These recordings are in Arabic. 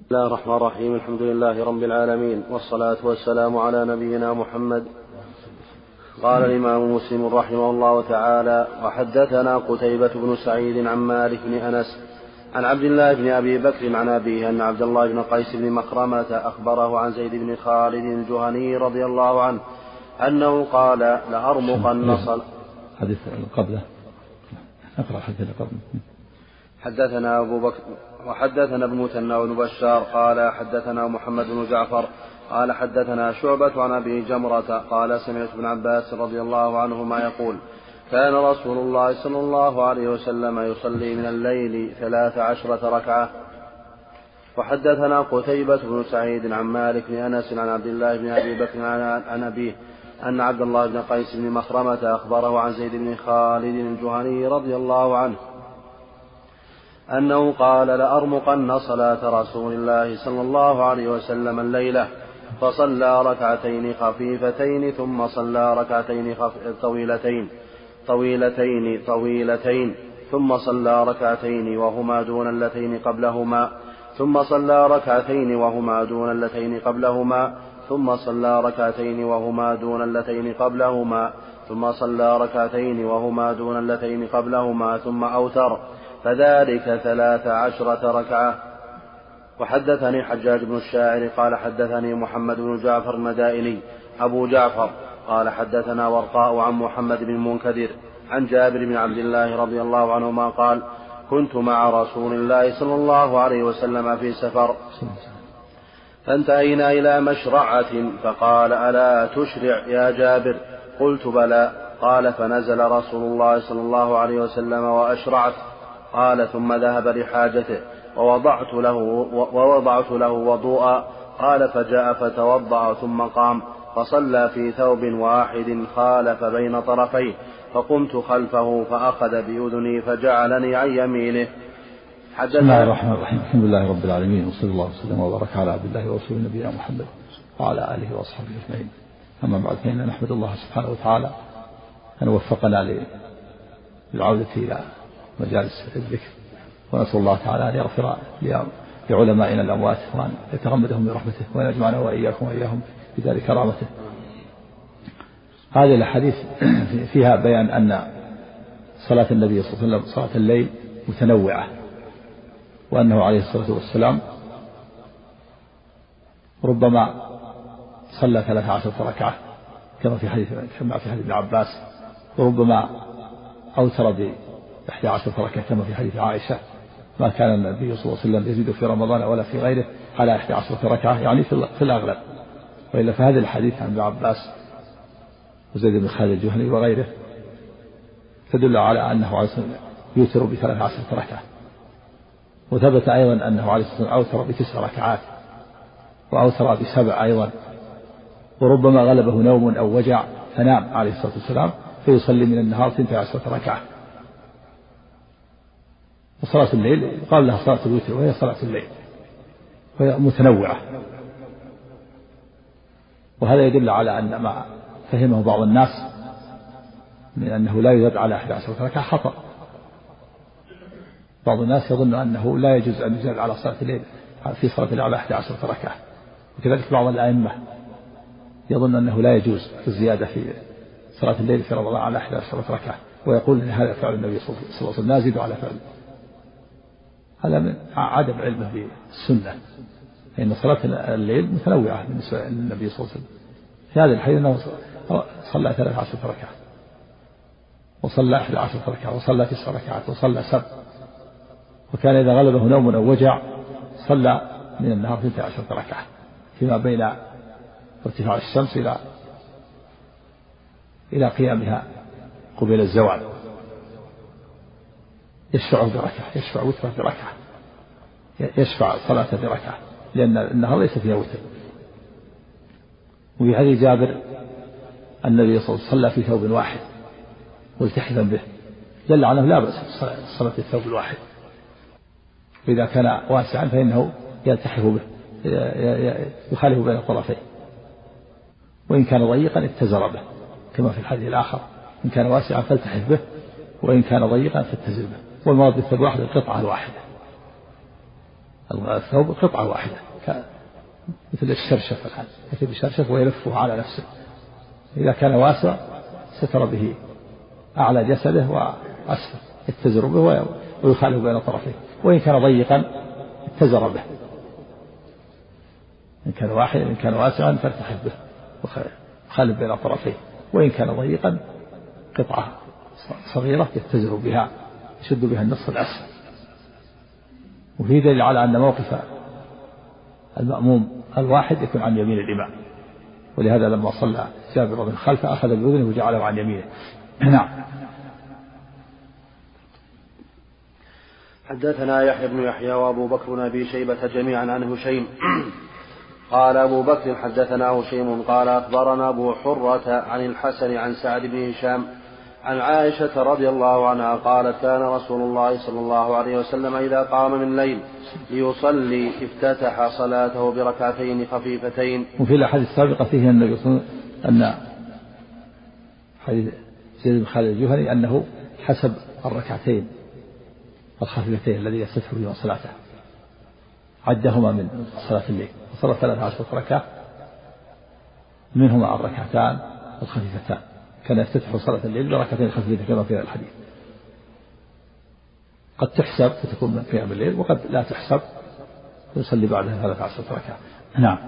بسم الله الرحمن الرحيم. الحمد لله رب العالمين، والصلاة والسلام على نبينا محمد. قال الإمام مسلم رحمه الله تعالى: وحدثنا قتيبة بن سعيد عن مالك بن أنس عن عبد الله بن أبي بكر عن أبيه أن عبد الله بن قيس بن مخرمة أخبره عن زيد بن خالد الجهني رضي الله عنه أنه قال: لأرمقن حديث قبله أقرأ حديث قبله. حدثنا أبو بكر وحدثنا ابن مثنى بن بشار قال حدثنا محمد بن جعفر قال حدثنا شعبة عن أبي جمرة قال: سمعت ابن عباس رضي الله عنهما يقول: كان رسول الله صلى الله عليه وسلم يصلي من الليل 13 ركعة. وحدثنا قتيبة بن سعيد عن مالك بن أنس عن عبد الله بن أبي بكر عن أبيه أن عبد الله بن قيس بن مخرمة أخبره عن زيد بن خالد الجهني رضي الله عنه أنه قال: لأرمقن صلاة رسول الله صلى الله عليه وسلم الليلة، فصلى ركعتين خفيفتين ثم صلى ركعتين طويلتين ثم صلى ركعتين وهما دون اللتين قبلهما ثم صلى ركعتين وهما دون اللتين قبلهما ثم صلى ركعتين وهما دون اللتين قبلهما ثم صلى ركعتين وهما دون اللتين قبلهما ثم أوتر، فذلك 13 ركعة. وحدثني حجاج بن الشاعر قال حدثني محمد بن جعفر المدائني أبو جعفر قال حدثنا ورقاء عن محمد بن المنكدر عن جابر بن عبد الله رضي الله عنهما قال: كنت مع رسول الله صلى الله عليه وسلم في سفر، فانتهينا إلى مشرعة فقال: ألا تشرع يا جابر؟ قلت: بلى. قال: فنزل رسول الله صلى الله عليه وسلم وأشرعت. قال: ثم ذهب لحاجته ووضعت له وضوءا. قال: فجاء فتوضأ ثم قام فصلى في ثوب واحد خالف بين طرفيه، فقمت خلفه فأخذ بأذني فجعلني عن يمينه. بسم الله الرحمن الرحيم. الحمد لله رب العالمين، وصلى الله وسلم وبارك على عبد الله ورسوله نبينا محمد وعلى آله وأصحابه أجمعين. أما بعد، فإننا نحمد الله سبحانه وتعالى أن وفقنا للعودة إلى مجالس الذكر، ونسأل الله تعالى أن يغفر لعلمائنا الأموات وأن يتغمدهم برحمته وأن يجمعنا وإياكم وإياهم بذلك كرامته. هذه الحديث فيها بيان أن صلاة النبي صلى الله عليه وسلم صلاة الليل متنوعة، وأنه عليه الصلاة والسلام ربما صلى 13 ركعة كما في حديث ابن عباس، وربما أوتر ب11 ركعة كما في حديث عائشة: ما كان النبي صلى الله عليه وسلم يزيد في رمضان ولا في غيره على 11 ركعة، يعني في الأغلب. وإلا فهذا الحديث عن ابن عباس وزيد بن خالد الجهني وغيره تدل على أنه عليه الصلاة والسلام يوتر ب13 ركعة. وثبت أيضا أنه عليه الصلاة والسلام أوتر ب9 ركعات وأوتر ب7 أيضا، وربما غلبه نوم أو وجع فنام عليه الصلاة والسلام فيصلي من النهار 12 ركعة. وصلاة الليل قال لها صلاة الوتر، وهي صلاة الليل، وهي متنوعة. وهذا يدل على أن ما فهمه بعض الناس من أنه لا يزاد على 11 ركعة خطأ. بعض الناس يظن أنه لا يجوز أن يزاد على صلاة الليل في صلاة الليل على 11 ركعة، وكذلك بعض الأئمة يظن أنه لا يجوز الزيادة في صلاة الليل في رمضان على 11 ركعة، ويقول أن هذا فعل النبي صلى الله عليه وسلم، لا يزيد على فعل. هذا من عدم علمه بالسنة، لأن صلاة الليل متنوعة بالنسبة للنبي صلى الله عليه وسلم. في هذا الحديث أنه صلى 13 ركعة وصلى 11 ركعة وصلى 9 ركعات وصلى 7، وكان إذا غلبه نوم أو وجع صلى من النهار 12 ركعة فيما بين ارتفاع الشمس إلى قيامها قبيل الزوال. يشفع بركعة، يشفع وتر بركعة، يشفع صلاة بركعة، لأن النهار ليس فيها وتر. وفي حديث جابر النبي صلى الله عليه وسلم صلى في ثوب واحد ملتحفا به، دل على أنه لا بأس صلاة الثوب الواحد، وإذا كان واسعا فإنه يلتحف به يخالف بين الطرفين، وإن كان ضيقا اتزر به كما في الحديث الآخر: إن كان واسعا فالتحف به وإن كان ضيقا فاتزر به. والمراد بالثوب الواحد القطعة الواحدة. الثوب قطعة واحدة مثل الشرشف الآن، مثل الشرشف ويلفه على نفسه. إذا كان واسع ستر به أعلى جسده وأسفل، يتزر به ويخالف بين طرفيه. وإن كان ضيقا اتزر به، إن كان واحد إن كان واسعا فارتحف به وخالف بين طرفيه. وإن كان ضيقا قطعة صغيرة يتزر بها يشد بها النصف الأسفل. وفي دليل على أن موقف المأموم الواحد يكون عن يمين الإمام، ولهذا لما صلى جابر من خلفه أخذ بأذنه وجعله عن يمينه. نعم. حدثنا يحيى بن يحيى وأبو بكر بن أبي شيبة جميعا عن هشيم قال أبو بكر حدثنا هشيم قال أخبرنا أبو حرة عن الحسن عن سعد بن هشام عن عائشة رضي الله عنها قالت كان رسول الله صلى الله عليه وسلم إذا قام من الليل ليصلي افتتح صلاته بركعتين خفيفتين. وفي الأحاديث السابقة فيه أن حديث زيد بن خالد الجهني أنه حسب الركعتين الخفيفتين الذي يستفتح بهما صلاته عدهما من صلاة الليل، وصلى 13 ركعة منهما الركعتان الخفيفتان. كان يفتتح صلاة الليل بركعتين خفيفتين كما في الحديث. قد تحسب فتكون من قيام الليل، وقد لا تحسب يصلي بعدها 13 ركعة. نعم.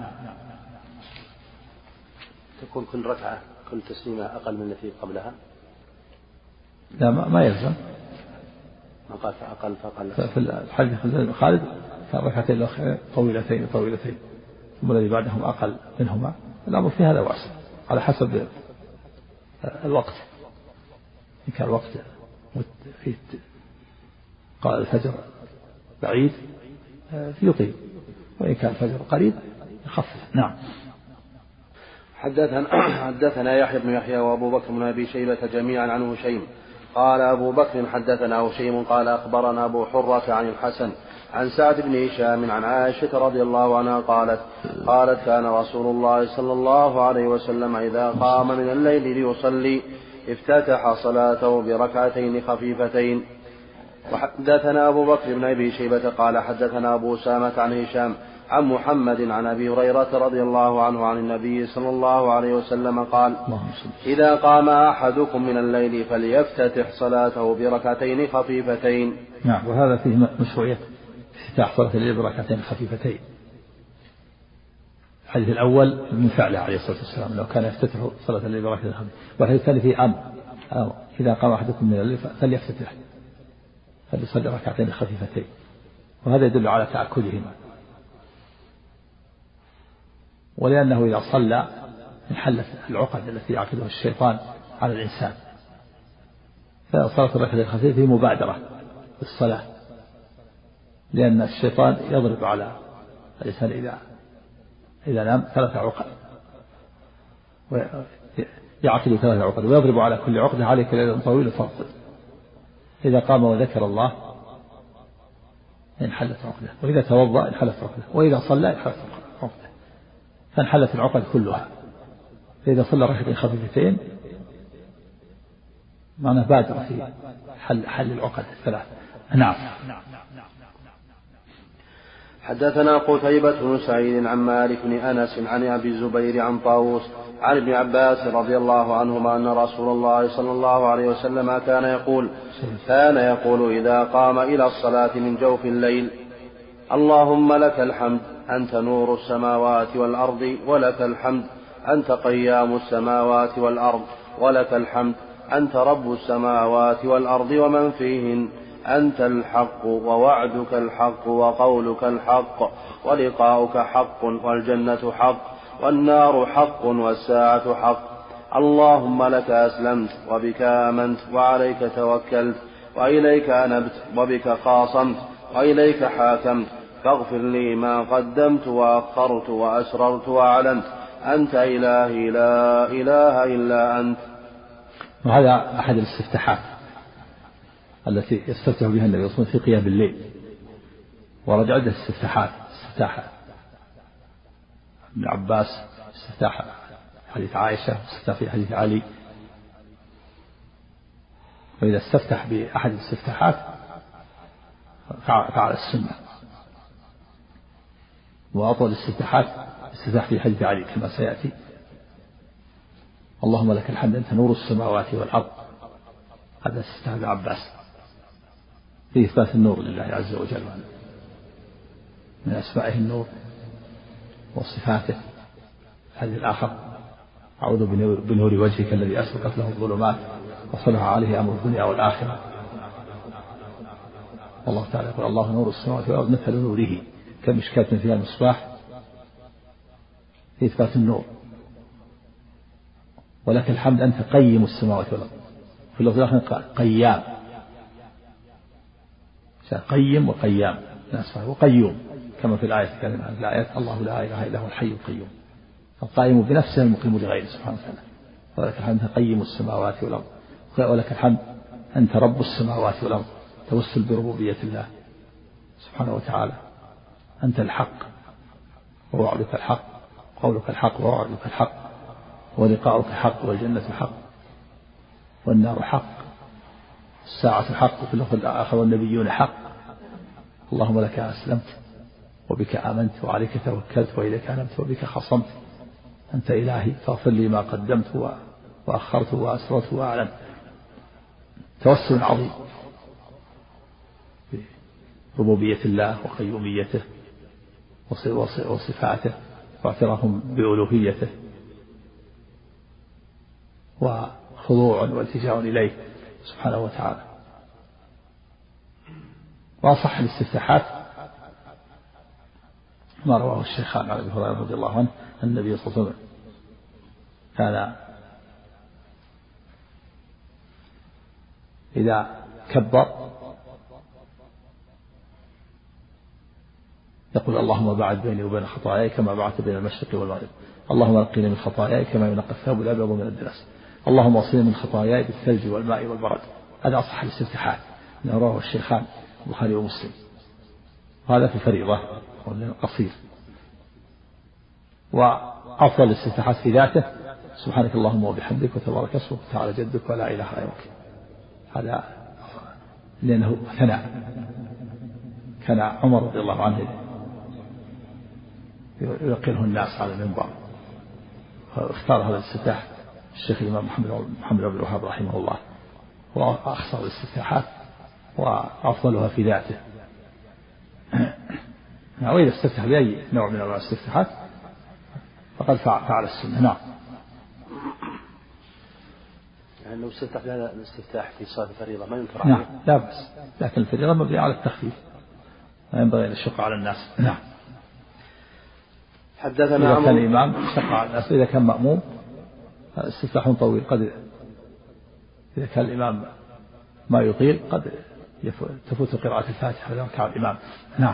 تكون كل ركعة كل تسليمة أقل من التي قبلها؟ لا ما يلزم. ما قال أقل فأقل. في الحديث خالد كان ركعتين الأخيرة طويلتين ثم الذي بعدهم أقل منهما. الأمر في هذا واسع على حسب الوقت. إن كان الوقت في قال الفجر بعيد يطيل، وإن كان الفجر قريب يخفف. نعم. حدثنا يحيى بن يحيى وأبو بكر بن أبي شيبة جميعا عن هشيم قال أبو بكر حدثنا هشيم قال أخبرنا أبو حرة عن الحسن عن سعد بن هشام عن عائشة رضي الله عنها قالت كان رسول الله صلى الله عليه وسلم إذا قام من الليل ليصلي افتتح صلاته بركعتين خفيفتين. وحدثنا أبو بكر بن أبي شيبة قال حدثنا أبو أسامة عن هشام عن محمد عن أبي هريرة رضي الله عنه عن النبي صلى الله عليه وسلم قال إذا قام أحدكم من الليل فليفتتح صلاته بركعتين خفيفتين. نعم. وهذا فيه مشروعية افتتاح صلاة الليل بركعتين خفيفتين. الحديث الأول من فعله عليه الصلاة والسلام لو كان يفتتح صلاة الليل بركعتين خفيفتين، والحديث الثاني فيه أمر إذا قام أحدكم من الليل فليفتتح فليصلي ركعتين خفيفتين، وهذا يدل على تأكدهما. ولأنه إذا صلى انحلت العقد التي يعقدها الشيطان على الإنسان، فصلاة الركعتين الخفيفتين في مبادرة بالصلاة، لأن الشيطان يضرب على الإنسان إذا نام 3 عقد، يعقد 3 عقد ويضرب على كل عقدة عليك ليلة طويلة فارقد. إذا قام وذكر الله انحلت عقده، وإذا توضأ انحلت عقده، وإذا صلى انحلت عقده، فانحلت العقد كلها. فإذا صلى ركعتين خفيفتين معناه بادر في حل العقد 3. نعم. حدثنا قتيبة بن سعيد عن مالك بن أنس عن أبي الزبير عن طاووس عن ابن عباس رضي الله عنهما أن رسول الله صلى الله عليه وسلم كان يقول إذا قام إلى الصلاة من جوف الليل اللهم لك الحمد أنت نور السماوات والأرض ولك الحمد أنت قيام السماوات والأرض ولك الحمد أنت رب السماوات والأرض ومن فيهن أنت الحق ووعدك الحق وقولك الحق ولقاؤك حق والجنة حق والنار حق والساعة حق اللهم لك أسلمت وبك آمنت وعليك توكلت وإليك أنبت وبك خاصمت وإليك حاكمت فاغفر لي ما قدمت وأخرت وأسررت وأعلنت أنت إلهي لا إله إلا أنت. وهذا أحد الاستفتاحات التي يستفتح بها النبي صلى الله عليه وسلم في قيام الليل، ورد عدة استفتاحات: استفتاح ابن عباس، استفتاح حديث عائشة، استفتاح في حديث علي. وإذا استفتح بأحد الاستفتاحات فعلى السنة، وأطول الاستفتاحات استفتاح في حديث علي كما سيأتي: اللهم لك الحمد أنت نور السماوات والأرض. هذا استفتاح ابن عباس في إثبات النور لله عز وجل، من أسمائه النور وصفاته. الحديث الآخر: أعوذ بنور وجهك الذي أسبقت له الظلمات وصلح عليه أمر الدنيا والآخرة. والله تعالى يقول: الله نور السماوات والأرض مثل نوره كمشكاة فيها المصباح، في إثبات النور. ولك الحمد أنت قيم السماوات والأرض. في اللفظ الآخر قال قيام، قيم وقيام وقيوم، كما في الآية كلمة الآيات: الله لا إله إلا هو الحي القيوم. القائم بنفسه المقيم لغيره سبحانه وتعالى. ولك الحمد أنت قيم السماوات والأرض. ولك الحمد أنت رب السماوات والأرض، توسل بربوبية الله سبحانه وتعالى. أنت الحق ووعدك الحق، قولك الحق ووعدك الحق، ولقاؤك حق، والجنة حق، والنار حق، الساعة حق، وفي اللفظ الآخر: والنبيون حق. اللهم لك أسلمت وبك آمنت وعليك توكلت وإليك أنبت وبك خصمت. أنت إلهي فاغفر لي ما قدمت وأخرت وأسررت وأعلنت. توسل عظيم بربوبية الله وقيوميته وصفاته، واعتراف بألوهيته، وخضوع والتجاء إليه سبحانه وتعالى. وأصح الاستفتاحات ما رواه الشيخان عن أبي هريرة رضي الله عنه أن النبي صلى الله عليه وسلم كان إذا كبر يقول: اللهم باعد بيني وبين خطاياي كما بعدت بين المشرق والمغرب، اللهم نقني من خطاياي كما ينقى الثوب الأبيض من الدنس، اللهم اغسلني من خطاياي بالثلج والماء والبرد. هذا أصح الاستفتاحات، رواه الشيخان البخاري ومسلم. هذا في الفريضة قصير. وأفضل الاستفتاحات في ذاته: سبحانك اللهم وبحمدك وتبارك اسمك وتعالى جدك ولا إله غيرك. هذا لأنه ثناء. كان عمر رضي الله عنه يلقنه الناس على المنبر، واختار هذا الاستفتاح الشيخ الإمام محمد بن الوهاب رحمه الله، وأخصر الاستفتاحات وأفضلها في ذاته. وإذا استفتح بأي نوع من أنواع الاستفتاحات فقد فعل السنة. نعم. يعني لو استفتح بهذا الاستفتاح في صلاة الفريضة ما ينكر عليه؟ نعم لا بأس، لكن الفريضة مبنية على التخفيف، ما ينبغي أن يشق على الناس. نعم. حدثنا إذا كان الإمام شق على الناس، إذا كان مأموم استفتاح طويل قد، إذا كان الإمام ما يطيل قد تفوت قراءة الفاتحة إذا كان الإمام. نعم.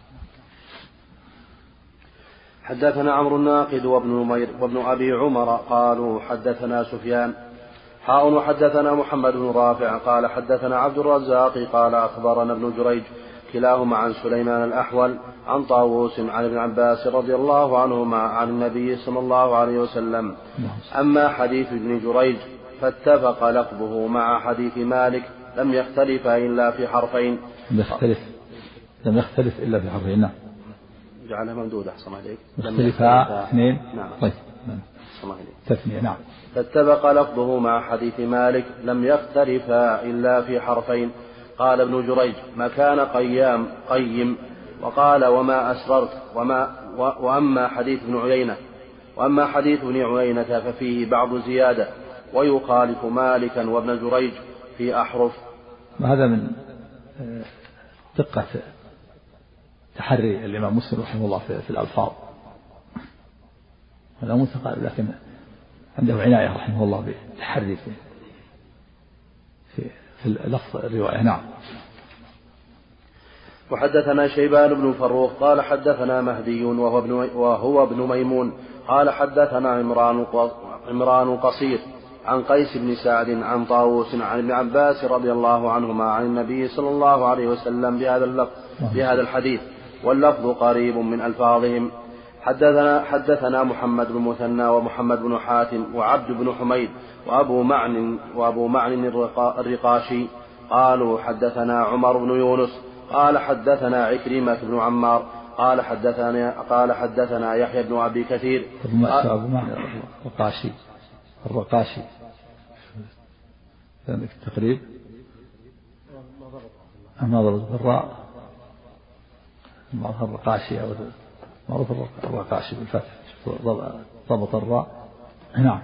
حدثنا عمرو الناقد وابن نمير وابن أبي عمر قالوا حدثنا سفيان وحدثنا محمد بن رافع قال حدثنا عبد الرزاق قال أخبرنا ابن جريج كلاهما عن سليمان الأحول عن طاووس عن ابن عباس رضي الله عنهما عن النبي صلى الله عليه وسلم. أما حديث ابن جريج فاتفق لفظه مع حديث مالك، لم يختلف إلا في حرفين. لم يختلف إلا في حرفين. نعم. جعلها ممدودة أحسن عليك. يختلفا اثنين. نعم. طيب. تثنية. نعم. فاتفق لفظه مع حديث مالك، لم يختلفا إلا في حرفين. قال ابن جريج: مكان قيم، وقال: وما أسررت. وأما حديث ابن عيينة ففيه بعض زيادة، ويخالف مالكا وابن جريج في أحرف. وهذا من دقة تحري الإمام مسلم رحمه الله في الألفاظ. هذا متقارب، لكن عنده عناية رحمه الله بالتحري في لفظ الرواية. نعم. وحدثنا شيبان بن فروخ قال حدثنا مهدي وهو ابن ميمون قال حدثنا عمران قصير عن قيس بن سعد عن طاووس عن ابن عباس رضي الله عنهما عن النبي صلى الله عليه وسلم بهذا الحديث، واللفظ قريب من ألفاظهم. حدثنا محمد بن مثنى ومحمد بن حاتم وعبد بن حميد وأبو معن الرقاشي قالوا حدثنا عمر بن يونس قال حدثنا عكرمة بن عمار قال حدثنا يحيى بن أبي كثير. الرقاشي تقريب النظر بالراء معروف الرقاشي أو معروف الرقاشي بالفتح ضبط الراء. نعم.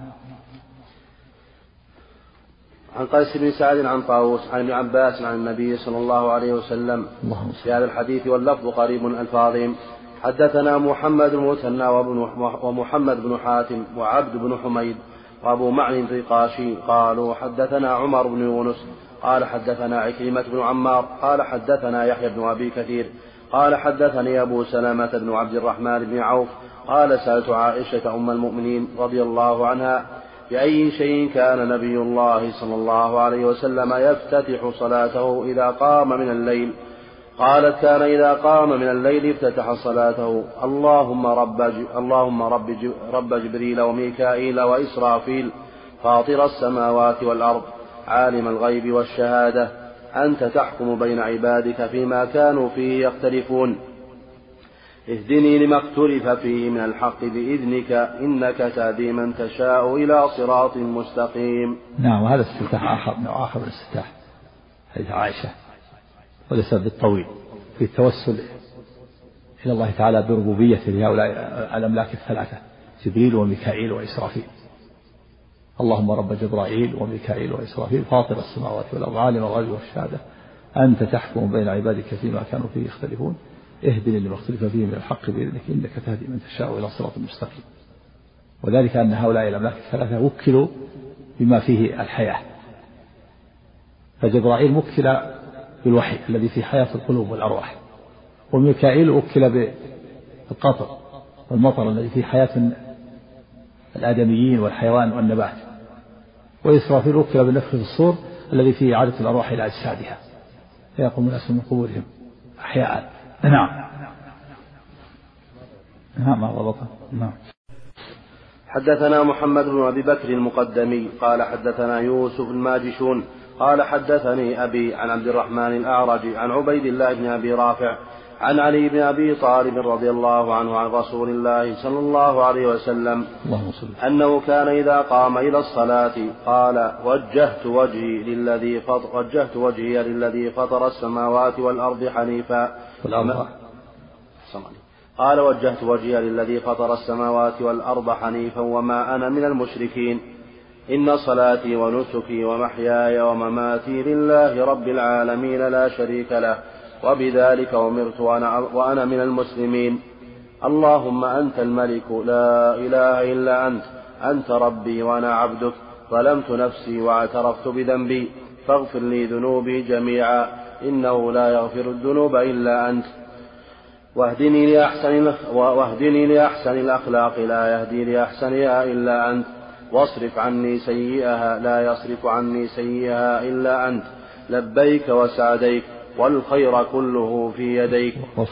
عن قيس بن سعد عن طاووس عن ابن عباس عن النبي صلى الله عليه وسلم في هذا الحديث واللفظ قريب من ألفاظهم. حدثنا محمد بن مثنى ومحمد بن حاتم وعبد بن حميد وأبو معن الرقاشي قالوا حدثنا عمر بن يونس قال حدثنا عكرمة بن عمار قال حدثنا يحيى بن أبي كثير قال حدثني أبو سلمة بن عبد الرحمن بن عوف قال سألت عائشة أم المؤمنين رضي الله عنها بأي شيء كان نبي الله صلى الله عليه وسلم يفتتح صلاته إذا قام من الليل؟ قالت كان إذا قام من الليل افتتح صلاته اللهم رب جبريل وميكائيل وإسرافيل فاطر السماوات والأرض عالم الغيب والشهادة أنت تحكم بين عبادك فيما كانوا فيه يختلفون اهدني لما اختلف فيه من الحق بإذنك إنك تهدي من تشاء إلى صراط مستقيم. نعم. وهذا استفتاح آخر من الاستفتاح حديث عائشة وليس بالطويل في التوسل إلى الله تعالى بربوبيته لهؤلاء الأملاك الثلاثة جبريل وميكائيل وإسرافيل. اللهم رب جبرائيل وميكائيل وإسرافيل فاطر السماوات والأرض عالم الغيب والشهادة أنت تحكم بين عبادك فيما كانوا فيه يختلفون اهدني لما اختلف فيه من الحق بإذنك إنك تهدي من تشاء إلى صراط مستقيم. وذلك أن هؤلاء الأملاك الثلاثة وكلوا بما فيه الحياة. فجبرائيل وكل بالوحي الذي فيه حياة القلوب والأرواح وميكائيل وكل بالقطر والمطر الذي فيه حياة الآدميين والحيوان والنبات وإسرافيل وكل بالنفخ في الصور الذي فيه إعادة الأرواح إلى أجسادها فيقوم الناس من قبورهم أحياء. نعم. نعم. حدثنا محمد بن أبي بكر المقدمي قال حدثنا يوسف الماجشون قال حدثني أبي عن عبد الرحمن الأعرج عن عبيد الله بن أبي رافع عن علي بن أبي طالب رضي الله عنه عن رسول الله صلى الله عليه وسلم أنه كان إذا قام إلى الصلاة قال وجهت وجهي للذي فطر السماوات والأرض حنيفا قال وجهت وجهي للذي فطر السماوات والأرض حنيفا وما أنا من المشركين إن صلاتي ونسكي ومحياي ومماتي لله رب العالمين لا شريك له وبذلك أمرت وأنا من المسلمين. اللهم أنت الملك لا إله إلا أنت ربي وأنا عبدك ظلمت نفسي واعترفت بذنبي فاغفر لي ذنوبي جميعا إنه لا يغفر الذنوب إلا أنت واهدني لأحسن الأخلاق لا يهدي لأحسنها إلا أنت واصرف عني سيئها لا يصرف عني سيئها إلا أنت لبيك وسعديك والخير كله في يديك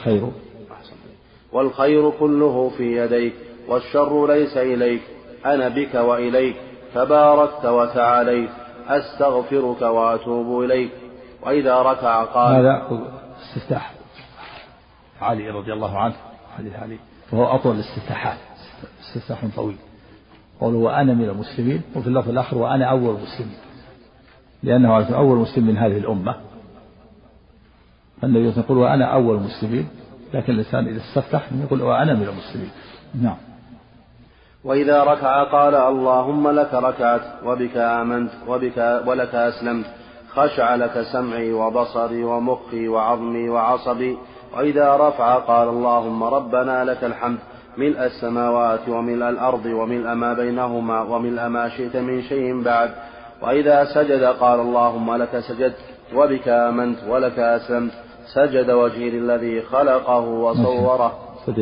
والشر ليس إليك أنا بك وإليك تباركت وتعاليت أستغفرك وأتوب إليك. وإذا ركع قال هذا استفتاح علي رضي الله عنه حديث علي وهو أطول الاستفتاحات استفتاح طويل قوله وأنا من المسلمين وفي اللفظ الآخر وأنا أول مسلمين لأنه أول مسلم من هذه الأمة فالنبي يقول وأنا أول مسلمين لكن الإنسان إذا استفتح يقول وأنا من المسلمين. نعم. وإذا ركع قال اللهم لك ركعت وبك آمنت ولك أسلمت خشع لك سمعي وبصري ومخي وعظمي وعصبي. وإذا رفع قال اللهم ربنا لك الحمد ملء السماوات وملء الأرض وملء ما بينهما وملء ما شئت من شيء بعد. وإذا سجد قال اللهم لك سجدت وبك آمنت ولك أسلمت سجد وجهي للذي خلقه وصوره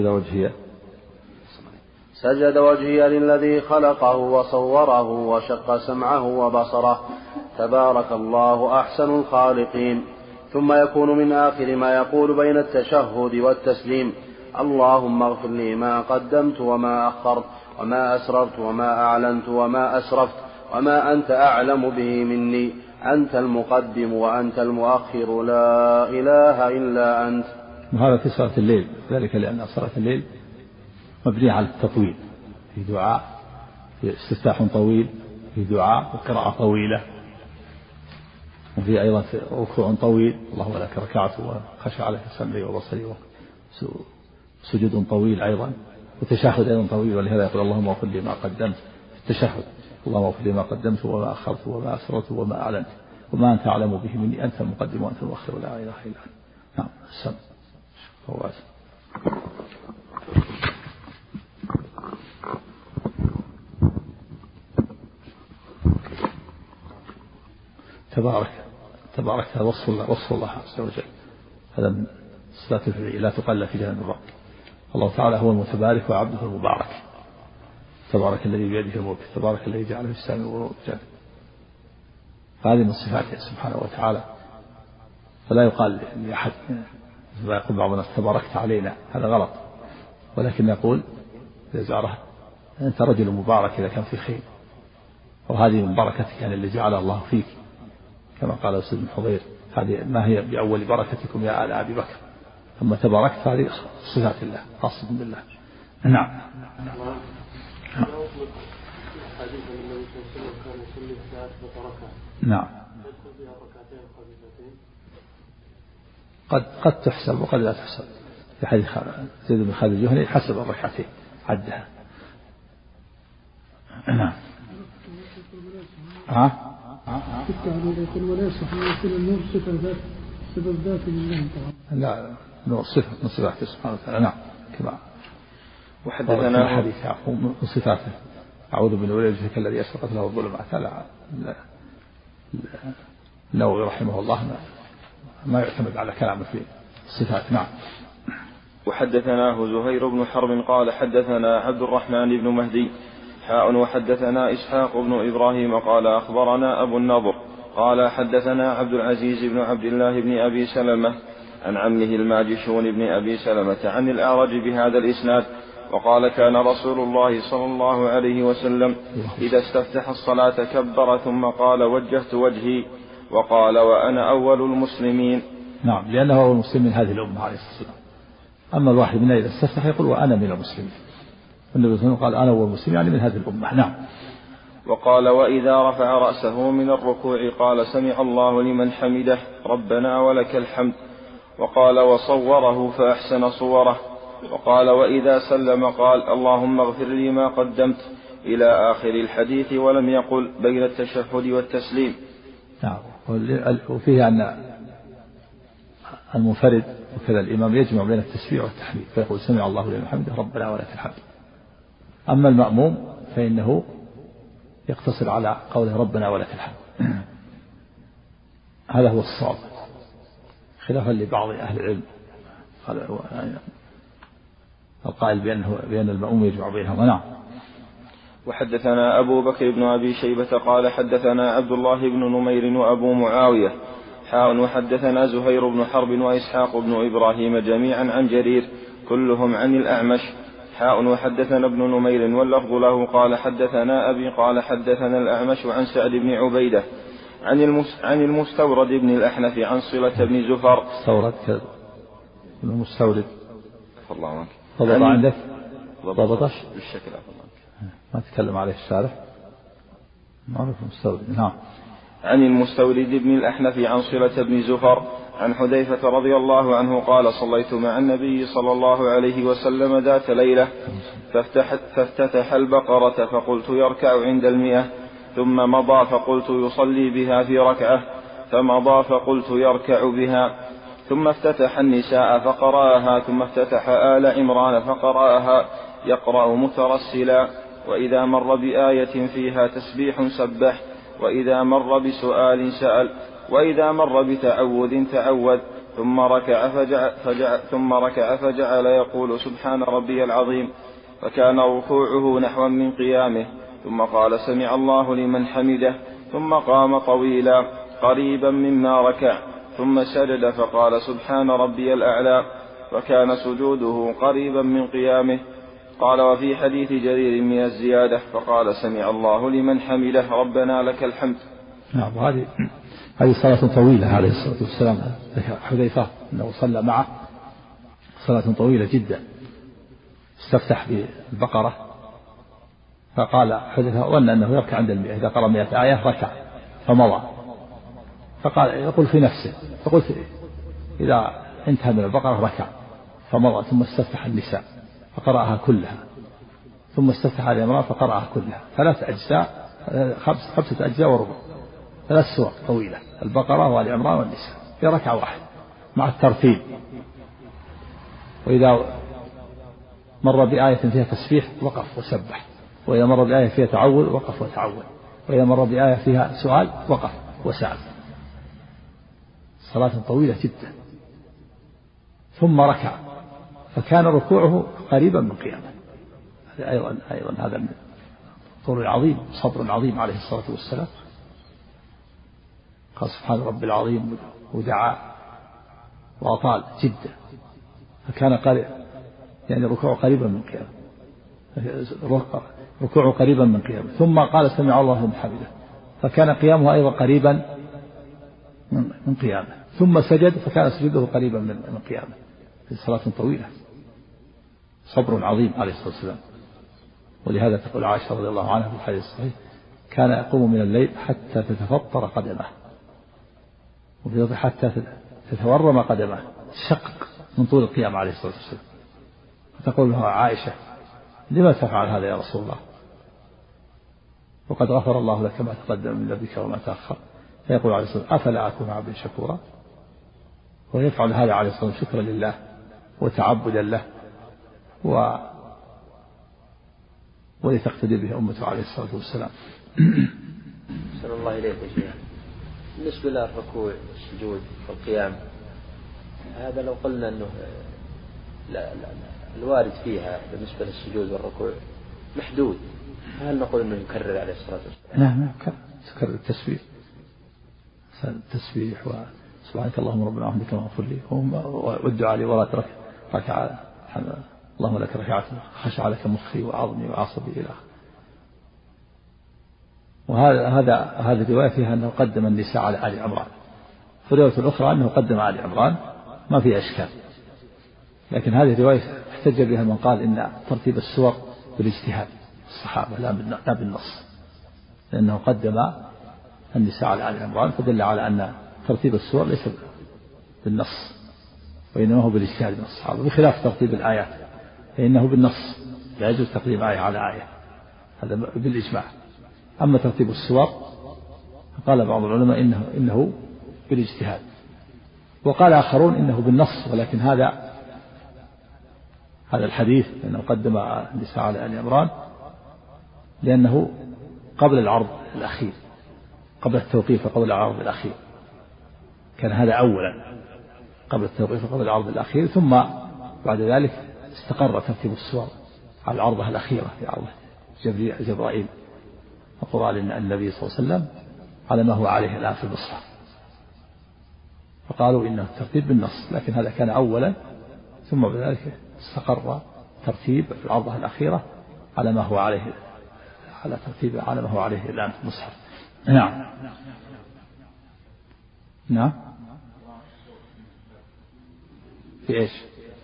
للذي خلقه وصوره وشق سمعه وبصره تبارك الله أحسن الخالقين. ثم يكون من آخر ما يقول بين التشهد والتسليم اللهم اغفر لي ما قدمت وما أخرت وما أسررت وما أعلنت وما أسرفت وما أنت أعلم به مني أنت المقدم وأنت المؤخر لا إله إلا أنت. وهذا في صلاة الليل، ذلك لأن صلاة الليل مبنية على التطويل، في دعاء، في استفتاح طويل، في دعاء وقراءة طويلة، وفي أيضا ركوع طويل، الله لك ركعت وخشع عليك سمعي وبصري، وسجود طويل أيضا، وتشهد أيضا طويل. ولهذا يقول اللهم اغفر لي ما قدمت في التشهد، اللهم اغفر لي ما قدمت وما أخرت وما أسررت وما أعلنت وما أنت أعلم به مني، أنت المقدم وأنت المؤخر ولا إله إلا أنت. نعم. السلام. تبارك هذا وصف الله عز وجل، هذا من صفات الفعل لا تقل في جهنم الرب. الله تعالى هو المتبارك وعبده المبارك، تبارك الذي بيده الملك، تبارك الذي جعل في السماء والأرض. هذه من صفاته سبحانه وتعالى، فلا يقال لأحد ما يقول بعض الناس تباركت علينا، هذا غلط، ولكن يقول إذا زاره أنت رجل مبارك إذا كان في خير، وهذه من بركتك يعني اللي جعل الله فيك، كما قال أستاذ بن حضير هذه ما هي بأول بركتكم يا آل أبي بكر، ثم تباركت، هذه صفات الله خاصة بالله. نعم. نعم. قد تحسب وقد لا تحسب، في حديث زيد بن خالد الجهني حسب الركعتين عدها. نعم. لا نور صفة من صفاته سبحانه وتعالى. نعم. كما وحدثنا حديث يعقوب من صفاته أعوذ بنور وجهك الذي أشرقت له الظلمات. لا النووي رحمه الله ما يعتمد على كلامه في الصفات. نعم. وحدثناه زهير بن حرب قال حدثنا عبد الرحمن بن مهدي وحدثنا إسحاق بن إبراهيم قال أخبرنا أبو النضر قال حدثنا عبد العزيز بن عبد الله بن أبي سلمة عن عمه الماجشون بن أبي سلمة عن الأعرج بهذا الإسناد وقال كان رسول الله صلى الله عليه وسلم إذا استفتح الصلاة كبر ثم قال وجهت وجهي وقال وأنا أول المسلمين. نعم، لأنه أول المسلمين هذه الأمة عليه الصلاة والسلام. أما الواحد منا إذا استفتح يقول وأنا من المسلمين، النبي صلى الله عليه وسلم قال أنا أول المسلمين يعني من هذه الأمة. نعم. وقال وإذا رفع رأسه من الركوع قال سمع الله لمن حمده ربنا ولك الحمد. وقال وصوره فأحسن صوره. وقال وإذا سلم قال اللهم اغفر لي ما قدمت إلى آخر الحديث ولم يقل بين التشهد والتسليم. نعم. وفيه أن المنفرد وكذا الإمام يجمع بين التسبيح والتحميد فيقول سمع الله لمن حمده ربنا ولك الحمد. أما المأموم فإنه يقتصر على قوله ربنا ولك الحمد. هذا هو الصواب خلافا لبعض أهل العلم القائل بأن المأموم يجمع بينهما. نعم. وحدثنا أبو بكر بن أبي شيبة قال حدثنا عبد الله بن نمير وأبو معاوية وحدثنا زهير بن حرب وإسحاق بن إبراهيم جميعا عن جرير كلهم عن الأعمش وحدثنا ابن نمير واللفظ له قال حدثنا أبي قال حدثنا الأعمش عن سعد بن عبيدة عن المستورد بن الأحنف عن صلة بن زفر. المستورد الله عنك ضبط عندك ضبطش بالشكل ما تكلم عليه الشارح معروف المستورد. نعم. عن المستورد بن الأحنف عن صلة بن زفر عن حذيفة رضي الله عنه قال صليت مع النبي صلى الله عليه وسلم ذات ليلة فافتتح البقرة فقلت يركع عند 100 ثم مضى فقلت يصلي بها في ركعة فمضى فقلت يركع بها ثم افتتح النساء فقرأها ثم افتتح آل عمران فقرأها يقرأ مترسلا وإذا مر بآية فيها تسبيح سبح وإذا مر بسؤال سأل وإذا مر بتعوذ تعوذ ثم ركع فجعل يقول سبحان ربي العظيم فكان ركوعه نحوا من قيامه ثم قال سمع الله لمن حمده ثم قام طويلا قريبا مما ركع ثم سجد فقال سبحان ربي الأعلى وكان سجوده قريبا من قيامه. قال وفي حديث جرير من الزيادة فقال سمع الله لمن حمده ربنا لك الحمد. نعم. هذه صلاة طويلة عليه الصلاة والسلام. حذيفة أنه صلى معه صلاة طويلة جدا. استفتح بالبقرة فقال حدث وأن أنه يركع عند 100، إذا قرأ 100 آية ركع فمضى. فقال يقول في نفسه، فقلت إذا انتهى من البقرة ركع فمضى، ثم استفتح النساء فقرأها كلها، ثم استفتح آل عمران فقرأها كلها، 3 أجزاء، 5 أجزاء وربع، 3 سور طويلة، البقرة وآل عمران والنساء في ركعة واحدة مع الترتيب. وإذا مر بآية فيها تسبيح وقف وسبح، وإذا مر بآية فيها تعوذ وقف وتعوذ، وإذا مر بآية فيها سؤال وقف وسأل. صلاة طويلة جدا. ثم ركع فكان ركوعه قريبا من قيامه. أيضا هذا من طول عظيم، صبر عظيم عليه الصلاة والسلام. قال سبحان رب العظيم ودعا وأطال جدا، فكان قريب يعني ركوعه قريبا من قيامه، ركوعه قريبا من قيامه. ثم قال سمع الله لمن حمده، فكان قيامه أيضا قريبا من قيامه. ثم سجد فكان سجوده قريبا من قيامه. في صلاة طويلة، صبر عظيم عليه الصلاة والسلام. ولهذا تقول عائشة رضي الله عنها في الحديث الصحيح كان يقوم من الليل حتى تتفطر قدمه، وفي حتى تتورم قدمه، تشقق من طول القيام عليه الصلاة والسلام. فتقول له عائشة لما تفعل هذا يا رسول الله، وقد غفر الله لك ما تقدم من ذنبك وما تأخر. فيقول عليه الصلاة والسلام أفلا أكون عبدا شكورا. ويفعل هذا عليه الصلاة والسلام شكرا لله وتعبدا له ولتقتدي به أمته عليه الصلاة والسلام. أحسن الله إليك يا شيخ. بالنسبة للركوع والسجود والقيام، هذا لو قلنا أنه لا الوارد فيها بالنسبة للسجود والركوع محدود، هل نقول أنه يكرر عليه الصلاة والسلام؟ لا تكرر التسبيح وسبحانك اللهم ربنا وبحمدك واغفر لي والدعاء لي ولا ترك ركعة اللهم لك ركعت خشع لك مخي وعظمي وعصبي إلى آخره. وهذا الرواية فيها أنه قدم النساء على آل عمران، في الرواية الأخرى أنه قدم آل عمران ما فيها إشكال. لكن هذه الرواية احتج بها من قال إن ترتيب السور بالاجتهاد الصحابة لا بالنص، لأنه قدم النساء على آل عمران، فدل على أن ترتيب السور ليس بالنص وإنما هو بالاجتهاد من الصحابة، بخلاف ترتيب الآيات فإنه بالنص لا يجوز تقديم آية على آية، هذا بالإجماع. أما ترتيب السور قال بعض العلماء إنه بالاجتهاد، وقال آخرون إنه بالنص، ولكن هذا الحديث أنه قدم النساء على آل عمران لأنه قبل العرض الأخير، قبل التوقيف وقبل العرض الأخير، كان هذا أولا قبل التوقيف وقبل العرض الأخير، ثم بعد ذلك استقر ترتيب السور على العرضة الأخيرة في عرض جبرائيل وقال إن النبي صلى الله عليه وسلم على ما هو عليه الآن في المصحف، فقالوا إنه الترتيب بالنص، لكن هذا كان أولا، ثم بعد ذلك استقر ترتيب في العرضة الأخيرة على ما هو عليه، على ترتيب على ما هو عليه الآن في المصحف. نعم في إيش؟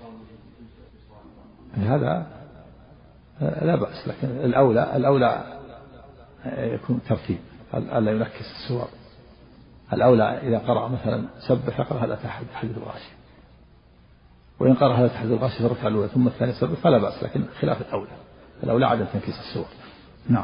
هذا لا بأس، لكن الأولى يكون ترتيب، ألا ينكس السور. الأولى إذا قرأ مثلا سبح يقرأ هذا تحديد الغاشية، وإن قرأ هذا تحديد الغاشية في الركعة الأولى ثم الثانية سبح فلا بأس، لكن خلاف الأولى عدم تنكيس السور. نعم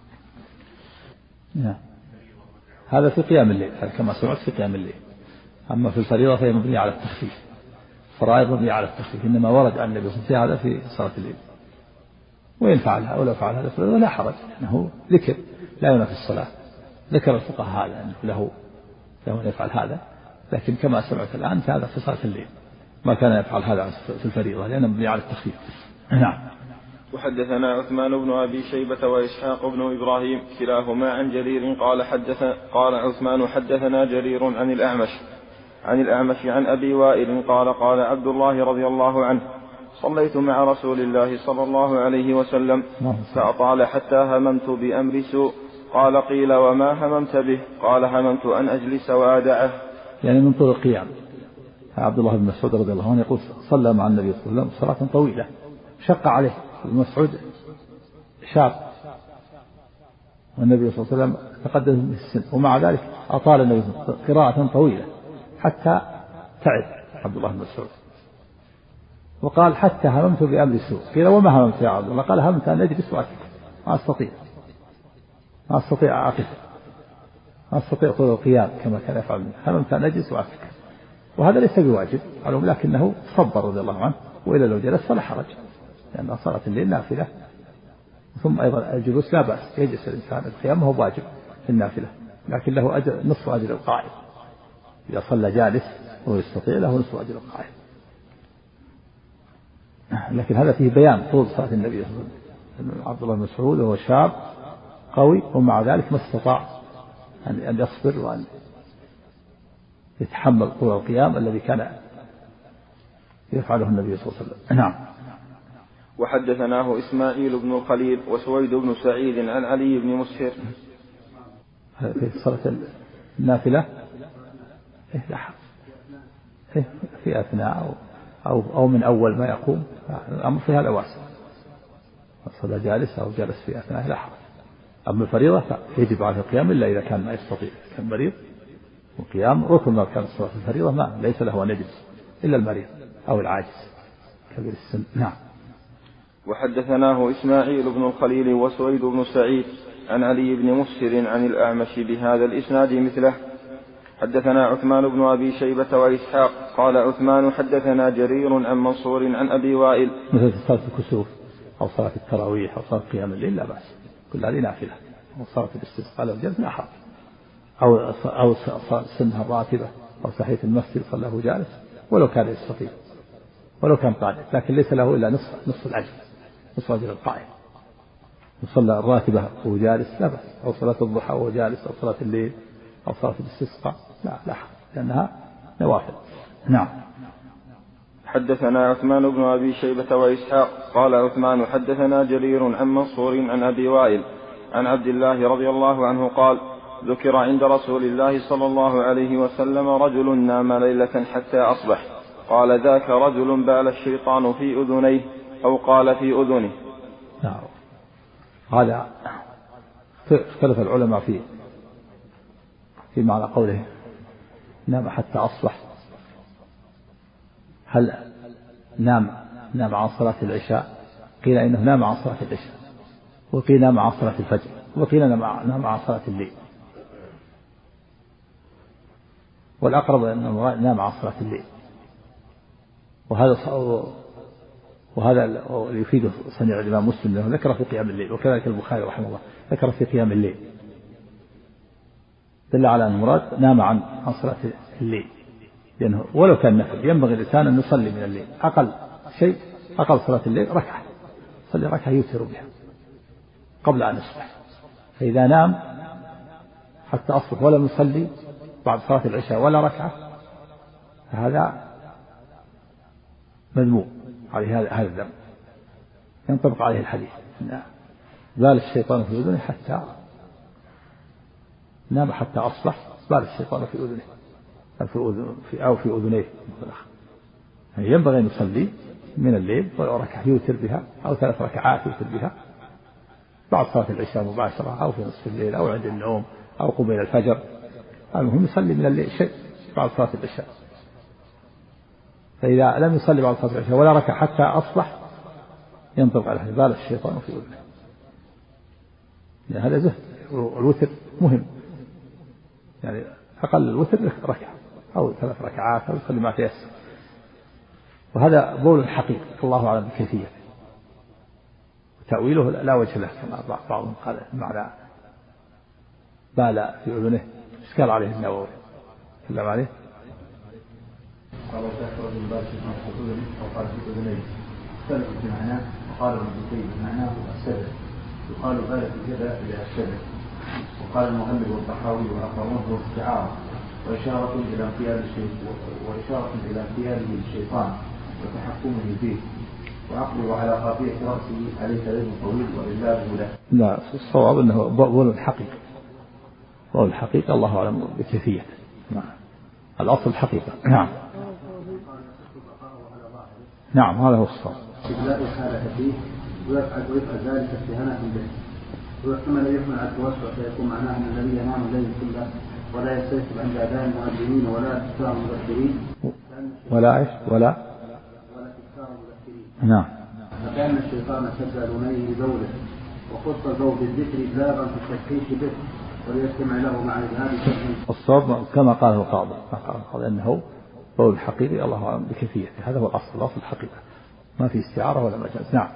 هذا في قيام الليل، هذا كما سمعت في قيام الليل. أما في الفريضة فهي مبنية على التخفيف، فرائض مبنية على التخفيف، إنما ورد عن النبي صلى الله عليه وسلم هذا في صلاة الليل، وإن فعلها أو لا فعل هذا فلا لا حرج، أنه ذكر لا ينافي الصلاة. ذكر الفقهاء هذا أنه له أن يفعل هذا، لكن كما سمعت الآن هذا في صلاة الليل، ما كان يفعل هذا في الفريضة لأنه مبني على التخفيف. نعم. وحدثنا عثمان بن أبي شيبة وإسحاق بن إبراهيم كلاهما عن جرير قال عثمان حدثنا جرير عن الأعمش عن أبي وائل قال عبد الله رضي الله عنه صليت مع رسول الله صلى الله عليه وسلم فأطال حتى هممت بأمر سوء. قال قيل وما هممت به؟ قال هممت أن أجلس وأدعه. يعني من طول القيام عبد الله بن مسعود رضي الله عنه يقول صلى مع النبي صلى الله عليه وسلم صلاة طويلة شق عليه. ابن مسعود شاب والنبي صلى الله عليه وسلم تقدم بالسن، ومع ذلك أطال النبي قراءة طويلة حتى تعب عبد الله بن مسعود، وقال حتى هممت بأمر سوء. قيل وما هممت يا عبد الله؟ قال هممت أن أجلس وأكل، ما أستطيع أقف، ما أستطيع طول القيام كما كان يفعل، هممت أن أجلس وأكل. وهذا ليس بواجب عليهم، لكنه صبر رضي الله عنه، وإلا لو جلس فلا حرج، لأن صلاة الليل نافلة. ثم أيضا الجلوس لا بأس، يجلس الإنسان، القيام هو واجب في النافلة، لكن له أجر نصف أجر القائم. إذا صلى جالس ويستطيع له نصف أجر القائم. لكن هذا فيه بيان طول صلاة النبي صلى الله عليه وسلم. عبد الله بن مسعود وهو شاب قوي، ومع ذلك ما استطاع أن يصبر وأن يتحمل طول القيام الذي كان يفعله النبي صلى الله عليه وسلم. نعم. وحدثناه إسماعيل بن الخليل وسويد بن سعيد عن علي بن مسهر. في صلاة النافلة في أثناء أو من أول ما يقوم، الأمر في هذا واسع. صلى جالس أو جلس في أثناء لا حرج. أما الفريضة فيجب عليه القيام إلا إذا كان ما يستطيع، كان مريض، والقيام ركن من أركان الصلاة. الفريضة ما ليس له أن يجلس إلا المريض أو العاجز كبير السن. نعم. وحدثناه إسماعيل بن الخليل وسويد بن سعيد عن علي بن مسهر عن الأعمش بهذا الإسناد مثله. حدثنا عثمان بن أبي شيبة وإسحاق قال عثمان حدثنا جرير عن منصور عن أبي وائل. مثل صلاة الكسوف أو صلاة التراويح أو صلاة قيام الليل لا بأس، كل هذه نافلة. وصلاة الاستسقاء لو جلس لا حرج، أو سنها الراتبة أو تحية المسجد صلاه جالس ولو كان يستطيع ولو كان قاعد، لكن ليس له إلا نصف الأجر، نصف أجر القائم. وصلى الراتبة وهو جالس لا بأس، أو صلاة الضحى وهو جالس، أو صلاة الليل أو صلاة الاستسقاء لا حرج، لأنها نوافل. نعم. حدثنا عثمان بن أبي شيبة وإسحاق قال عثمان حدثنا جرير عن منصور عن أبي وائل عن عبد الله رضي الله عنه قال ذكر عند رسول الله صلى الله عليه وسلم رجل نام ليلة حتى أصبح، قال ذاك رجل بال الشيطان في أذنيه أو قال في أذنه. نعم. هذا اختلف العلماء في معنى قوله نام حتى أصبح، هل نام عن صلاة العشاء؟ قيل إنه نام عن صلاة العشاء، وقيل نام عن صلاة الفجر، وقيل نام عن صلاة الليل. والأقرب أنه نام عن صلاة الليل، وهذا يفيد صنيع الإمام مسلم له ذكر في قيام الليل، وكذلك البخاري رحمه الله ذكر في قيام الليل، دل على أن المراد نام عن صلاة الليل، لأنه ولو كان نفل ينبغي الإنسان أن يصلي من الليل أقل صلاة الليل ركعة، صلي ركعة يوتر بها قبل أن يصبح. فإذا نام حتى أصبح ولم يصلي بعد صلاة العشاء ولا ركعة، فهذا مذموم عليه، هذا الذنب ينطبق عليه الحديث بال الشيطان في أذنه حتى نام حتى أصبح، بال الشيطان في أذنه أو في أذنيه. يعني ينبغي أن يصلي من الليل ولو ركعة يوتر بها أو 3 ركعات يوتر بها بعد صلاة العشاء مباشرة، أو في نصف الليل، أو عند النوم، أو قبيل الفجر. المهم يصلي من الليل شيء بعد صلاة العشاء. فإذا لم يصلي بعد صلاة العشاء ولا ركع حتى أصبح ينطبق على بال الشيطان في أذنه، يعني هذا زهد. والوتر مهم، يعني أقل الوتر ركعة أو 3 ركعات أو يصلي ما تيسر. وهذا بول حقيقي الله أعلم بكيفية، وتأويله لا وجه له، كما بعضهم قال معنى بال في أذنه، إشكال عليه النووي سلم عليه. قال ذكر ابن باز في أذنه أو قال في أذنيه، اختلف في معناه. وقال ابن كثير معناه السبب، يقال بال في كذا إلى السبب. وقال المؤلف والطحاوي والآخرون هو استعارة وإشارة إلى انقياده الشيطان وتحكمه فيه، وعقله على قافية رأسه عليه يد طويل وإذلاله له. لا، الصواب أنه بول الحقيقة، بول الحقيقة الله أعلم بكيفية. الأصل الحقيقة. نعم. نعم هذا هو الصواب. لا إخالة فيه ويفعل ذلك استهانة به. ويحتمل يحمل على التوسع فيكون معناه أن الذي ينام الليل كله ولا يستيقظ عند أذان المؤذنين ولا تذكار المذكرين ولا تذكار المذكرين. نعم. فكان الشيطان شد أذنيه ببوله وخص البول بالذكر إبلاغا في التشكيك به وليستمع له مع إذهاب شبه. الصواب كما قاله القاضي أنه بول الحقيقي الله أعلم بكيفيته. هذا هو الأصل الحقيقة ما في استعارة ولا مجاز. نعم.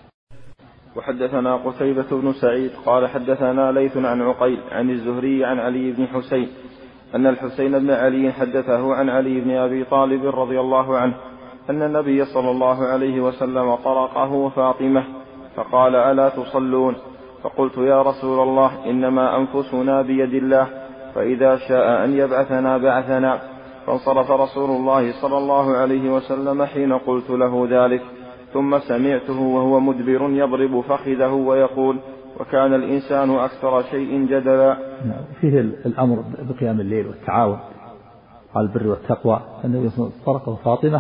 وحدثنا قتيبة بن سعيد قال حدثنا ليث عن عقيل عن الزهري عن علي بن حسين أن الحسين بن علي حدثه عن علي بن أبي طالب رضي الله عنه أن النبي صلى الله عليه وسلم طرقه وفاطمة فقال ألا تصلون؟ فقلت يا رسول الله إنما أنفسنا بيد الله فإذا شاء أن يبعثنا بعثنا. فانصرف رسول الله صلى الله عليه وسلم حين قلت له ذلك ثم سمعته وهو مدبر يضرب فخذه ويقول وكان الإنسان أكثر شيء جدلا. فيه الأمر بقيام الليل والتعاون على البر والتقوى. النبي صلى الله عليه وسلم طرقه فاطمة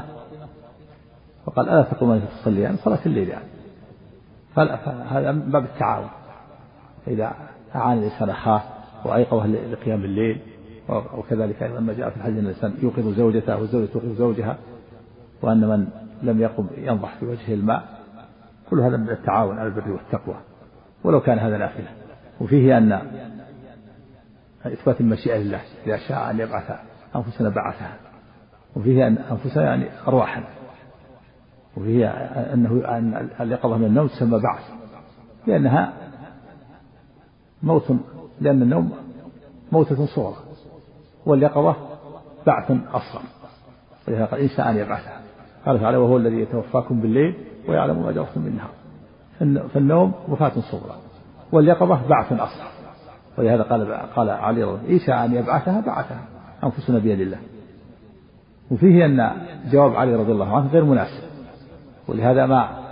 فقال ألا تقومين تصليان صلاة الليل يعني. فهذا من باب التعاون إذا أعان الإنسان أخاه وأيقظه لقيام الليل. وكذلك لما جاء في الحديث أن الإنسان يوقظ زوجته والزوجة توقظ زوجها وأن من لم يقم ينضح في وجهه الماء. كل هذا من التعاون على البر والتقوى ولو كان هذا نافلة. وفيه أن إثبات المشيئة لله إذا شاء أن يبعث أنفسنا بعثها. وفيه أن أنفسنا يعني أرواحا. وفيه أن اليقظة من النوم تسمى بعث لأنها موت لأن النوم موتة صغرى واليقظة بعث أصغر. ولهذا قال إن شاء أن يبعثها. قال تعالى وهو الذي يتوفاكم بالليل ويعلم ما جرحتم بالنهار. فالنوم وفاة صغرى واليقظة بعث أصغر. ولهذا قال علي رضي الله عنه إن شاء أن يبعثها بعثها أنفسنا بيد الله. وفيه أن جواب علي رضي الله عنه غير مناسب. ولهذا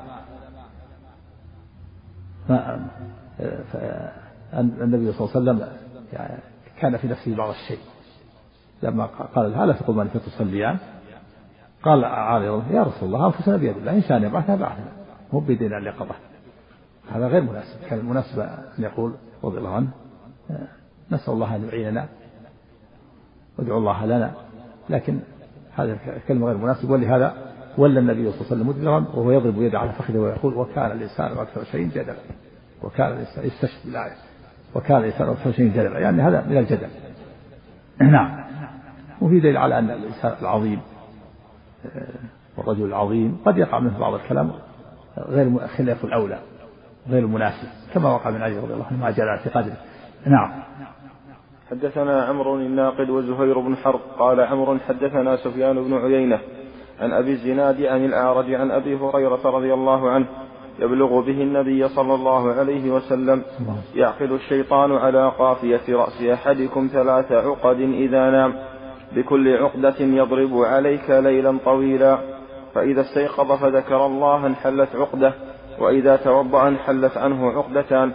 النبي صلى الله عليه وسلم كان في نفسه بعض الشيء لما قال لها لا تقومان فتصليان قال علي يا رسول الله أنفسنا بيد الله إن شاء أن يبعثها بعثنا مو بيدنا اليقظة. هذا غير مناسب. كان المناسب أن يقول رضي الله عنه نسأل الله أن يعيننا وادعو الله لنا. لكن هذا الكلمة غير مناسب. ولهذا ولى النبي صلى الله عليه وسلم مدبرا وهو يضرب يده على فخذه ويقول وكان الإنسان أكثر شيء جدلا. وكان الإنسان يستشهد بالآية وكان الإنسان أكثر شيء جدلا يعني هذا من الجدل. نعم. وفي دليل على أن الإنسان العظيم والرجل العظيم قد يقع منه بعض الكلام غير خلاف الأولى غير مناسب كما وقع من علي رضي الله عنه مع جلالة قدره. نعم. حدثنا عمرو الناقد وزهير بن حرب قال عمرو حدثنا سفيان بن عيينة عن أبي الزناد عن الأعرج عن أبي هريرة رضي الله عنه يبلغ به النبي صلى الله عليه وسلم يعقد الشيطان على قافية رأس أحدكم 3 عقد إذا نام بكل عقدة يضرب عليك ليلا طويلا فإذا استيقظ فذكر الله انحلت عقدة وإذا توضأ انحلت عنه عقدتان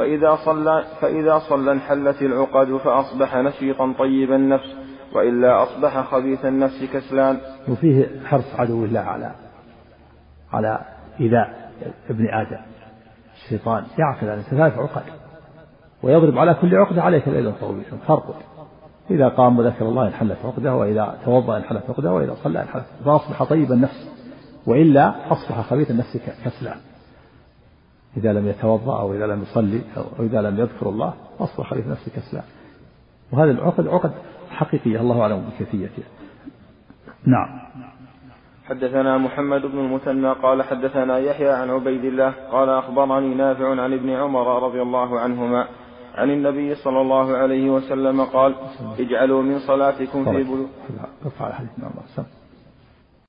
فإذا صلى انحلت العقد فأصبح نشيطا طيب النفس وإلا أصبح خبيث النفس كسلان. وفيه حرص عدو الله على إيذاء ابن آدم. الشيطان يعقد على 3 عقد ويضرب على كل عقدة عليك ليلا طويلا فرق. إذا قام وذكر الله انحلت عقدة وإذا توضأ انحلت عقدة وإذا صلى انحلت فأصبح طيب النفس وإلا أصبح خبيث النفس كسلان. إذا لم يتوضأ أو إذا لم يصلي أو إذا لم يذكر الله أصبح خبيث النفس كسلان. وهذه العقد عقد حقيقية الله أعلم بكيفيتها. نعم. حدثنا محمد بن المثنى قال حدثنا يحيى عن عبيد الله قال أخبرني نافع عن ابن عمر رضي الله عنهما عن النبي صلى الله عليه وسلم قال اجعلوا من صلاتكم في بيوتكم